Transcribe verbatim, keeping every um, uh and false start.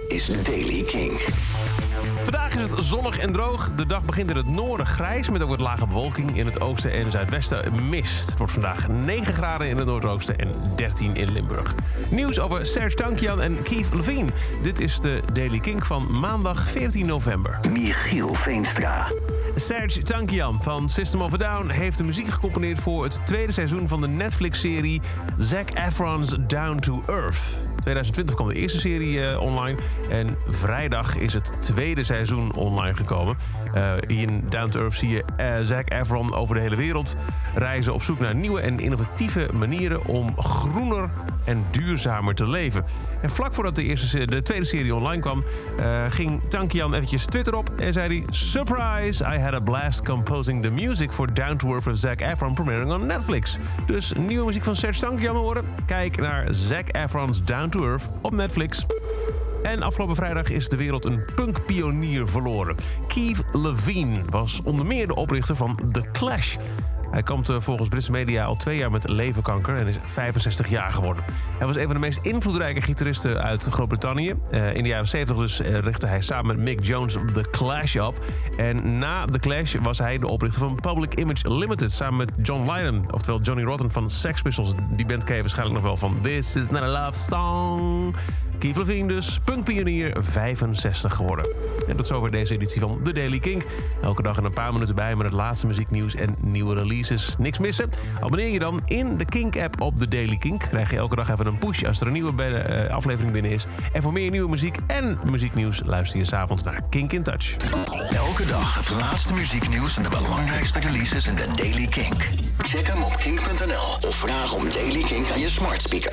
is Daily Kink. Vandaag is het zonnig en droog. De dag begint in het noorden grijs met ook wat lage bewolking. In het oosten en zuidwesten mist. Het wordt vandaag negen graden in het noordoosten en dertien in Limburg. Nieuws over Serj Tankian en Keith Levine. Dit is de Daily Kink van maandag veertien november. Michiel Veenstra. Serj Tankian van System of a Down heeft de muziek gecomponeerd voor het tweede seizoen van de Netflix-serie Zac Efron's Down to Earth. twintig twintig kwam de eerste serie uh, online en vrijdag is het tweede seizoen online gekomen. Uh, in Down to Earth zie je uh, Zac Efron over de hele wereld reizen op zoek naar nieuwe en innovatieve manieren om groener en duurzamer te leven. En vlak voordat de, eerste, de tweede serie online kwam, uh, ging Tankian eventjes Twitter op en zei hij: "Surprise! I had a blast composing the music for Down to Earth with Zac Efron premiering on Netflix." Dus nieuwe muziek van Serj Tankian horen? Kijk naar Zac Efron's Down to Earth op Netflix. En afgelopen vrijdag is de wereld een punkpionier verloren. Keith Levine was onder meer de oprichter van The Clash. Hij kampt volgens Britse media al twee jaar met leverkanker en is vijfenzestig jaar geworden. Hij was een van de meest invloedrijke gitaristen uit Groot-Brittannië. Uh, in de jaren zeventig dus uh, richtte hij samen met Mick Jones The Clash op. En na The Clash was hij de oprichter van Public Image Limited samen met John Lydon, oftewel Johnny Rotten van Sex Pistols. Die band ken je waarschijnlijk nog wel van This Is Not a Love Song. Keith Levine dus, punkpionier, vijfenzestig geworden. En tot zover deze editie van The Daily Kink. Elke dag in een paar minuten bij met het laatste muzieknieuws en nieuwe releases. Niks missen? Abonneer je dan in de Kink-app op The Daily Kink. Krijg je elke dag even een push als er een nieuwe binnen, uh, aflevering binnen is. En voor meer nieuwe muziek en muzieknieuws luister je 's avonds naar Kink in Touch. Elke dag het laatste muzieknieuws en de belangrijkste releases in de Daily Kink. Check hem op kink punt n l of vraag om Daily Kink aan je smart speaker.